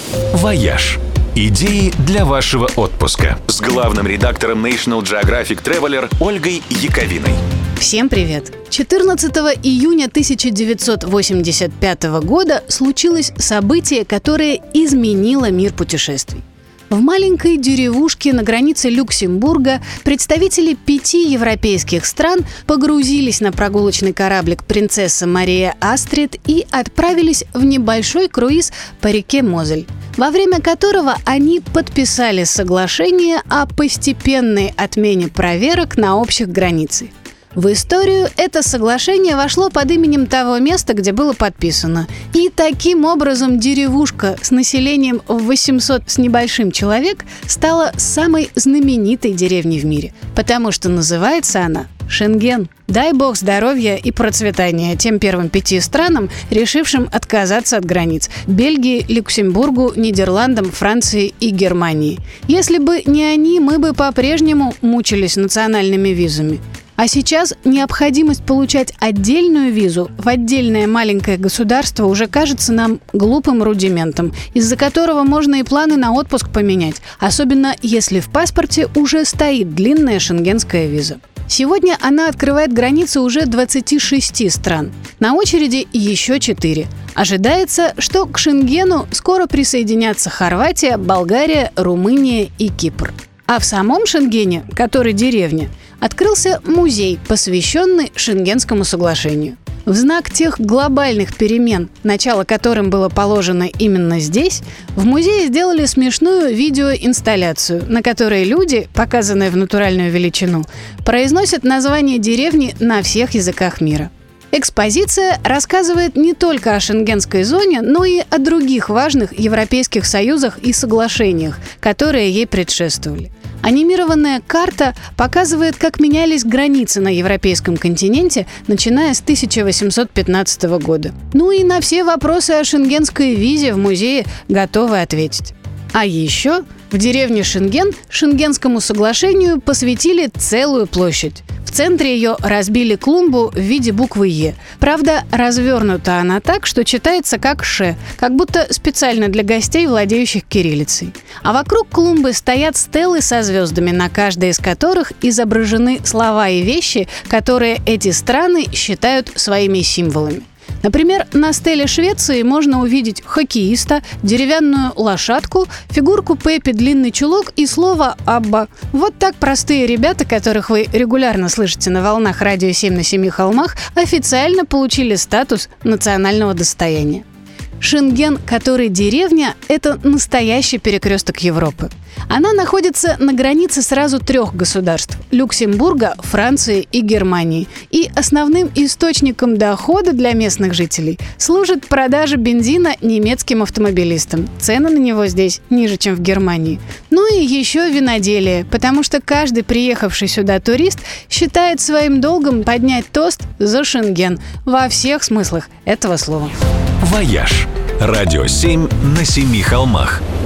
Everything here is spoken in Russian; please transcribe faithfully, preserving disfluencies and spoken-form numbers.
«Вояж». Идеи для вашего отпуска с главным редактором National Geographic Traveler Ольгой Яковиной. Всем привет! четырнадцатого июня тысяча девятьсот восемьдесят пятого года случилось событие, которое изменило мир путешествий. В маленькой деревушке на границе Люксембурга представители пяти европейских стран погрузились на прогулочный кораблик «Принцесса Мария Астрид» и отправились в небольшой круиз по реке Мозель, во время которого они подписали соглашение о постепенной отмене проверок на общих границах. В историю это соглашение вошло под именем того места, где было подписано. И таким образом деревушка с населением в восемьсот с небольшим человек стала самой знаменитой деревней в мире, потому что называется она Шенген. Дай бог здоровья и процветания тем первым пяти странам, решившим отказаться от границ – Бельгии, Люксембургу, Нидерландам, Франции и Германии. Если бы не они, мы бы по-прежнему мучились национальными визами. А сейчас необходимость получать отдельную визу в отдельное маленькое государство уже кажется нам глупым рудиментом, из-за которого можно и планы на отпуск поменять, особенно если в паспорте уже стоит длинная шенгенская виза. Сегодня она открывает границы уже двадцати шести стран. На очереди еще четыре. Ожидается, что к Шенгену скоро присоединятся Хорватия, Болгария, Румыния и Кипр. А в самом Шенгене, который деревня, открылся музей, посвященный Шенгенскому соглашению. В знак тех глобальных перемен, начало которым было положено именно здесь, в музее сделали смешную видеоинсталляцию, на которой люди, показанные в натуральную величину, произносят название деревни на всех языках мира. Экспозиция рассказывает не только о шенгенской зоне, но и о других важных европейских союзах и соглашениях, которые ей предшествовали. Анимированная карта показывает, как менялись границы на европейском континенте, начиная с тысяча восемьсот пятнадцатого года. Ну и на все вопросы о шенгенской визе в музее готовы ответить. А еще в деревне Шенген Шенгенскому соглашению посвятили целую площадь. В центре ее разбили клумбу в виде буквы «Е». Правда, развернута она так, что читается как «Ш», как будто специально для гостей, владеющих кириллицей. А вокруг клумбы стоят стелы со звездами, на каждой из которых изображены слова и вещи, которые эти страны считают своими символами. Например, на стеле Швеции можно увидеть хоккеиста, деревянную лошадку, фигурку Пеппи, длинный чулок и слово «Абба». Вот так простые ребята, которых вы регулярно слышите на волнах радио семь на семи холмах, официально получили статус национального достояния. Шенген, который деревня, это настоящий перекресток Европы. Она находится на границе сразу трех государств – Люксембурга, Франции и Германии. И основным источником дохода для местных жителей служит продажа бензина немецким автомобилистам. Цены на него здесь ниже, чем в Германии. Ну и еще виноделие, потому что каждый приехавший сюда турист считает своим долгом поднять тост за Шенген во всех смыслах этого слова. «Вояж». Радио семь на семи холмах.